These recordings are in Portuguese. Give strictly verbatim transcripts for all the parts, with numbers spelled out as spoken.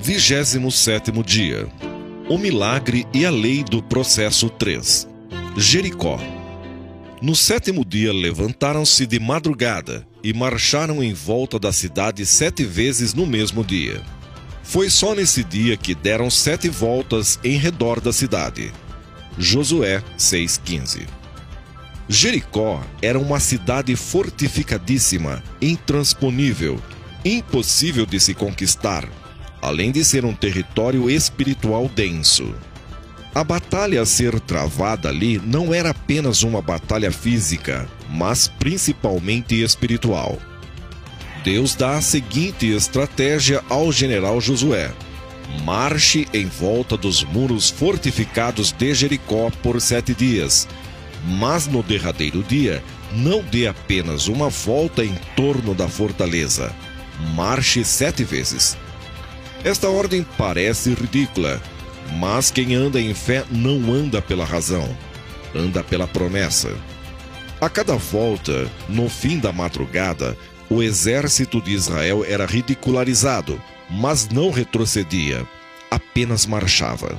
Vigésimo sétimo dia. O milagre e a lei do processo três. Jericó. No sétimo dia levantaram-se de madrugada e marcharam em volta da cidade sete vezes no mesmo dia. Foi só nesse dia que deram sete voltas em redor da cidade. Josué seis, quinze. Jericó era uma cidade fortificadíssima, intransponível, impossível de se conquistar, além de ser um território espiritual denso. A batalha a ser travada ali não era apenas uma batalha física, mas principalmente espiritual. Deus dá a seguinte estratégia ao general Josué: marche em volta dos muros fortificados de Jericó por sete dias, mas no derradeiro dia não dê apenas uma volta em torno da fortaleza, marche sete vezes. Esta ordem parece ridícula, mas quem anda em fé não anda pela razão, anda pela promessa. A cada volta, no fim da madrugada, o exército de Israel era ridicularizado, mas não retrocedia, apenas marchava.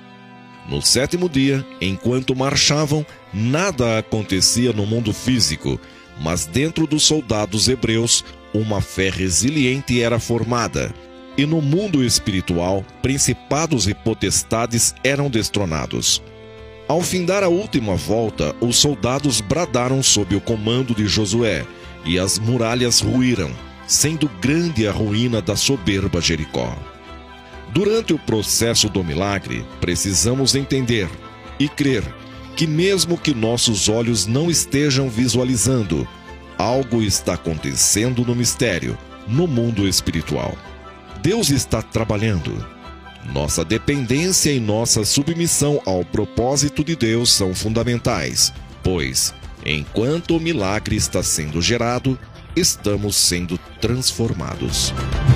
No sétimo dia, enquanto marchavam, nada acontecia no mundo físico, mas dentro dos soldados hebreus, uma fé resiliente era formada. E no mundo espiritual, principados e potestades eram destronados. Ao findar a última volta, os soldados bradaram sob o comando de Josué, e as muralhas ruíram, sendo grande a ruína da soberba Jericó. Durante o processo do milagre, precisamos entender e crer que mesmo que nossos olhos não estejam visualizando, algo está acontecendo no mistério, no mundo espiritual. Deus está trabalhando. Nossa dependência e nossa submissão ao propósito de Deus são fundamentais, pois, enquanto o milagre está sendo gerado, estamos sendo transformados.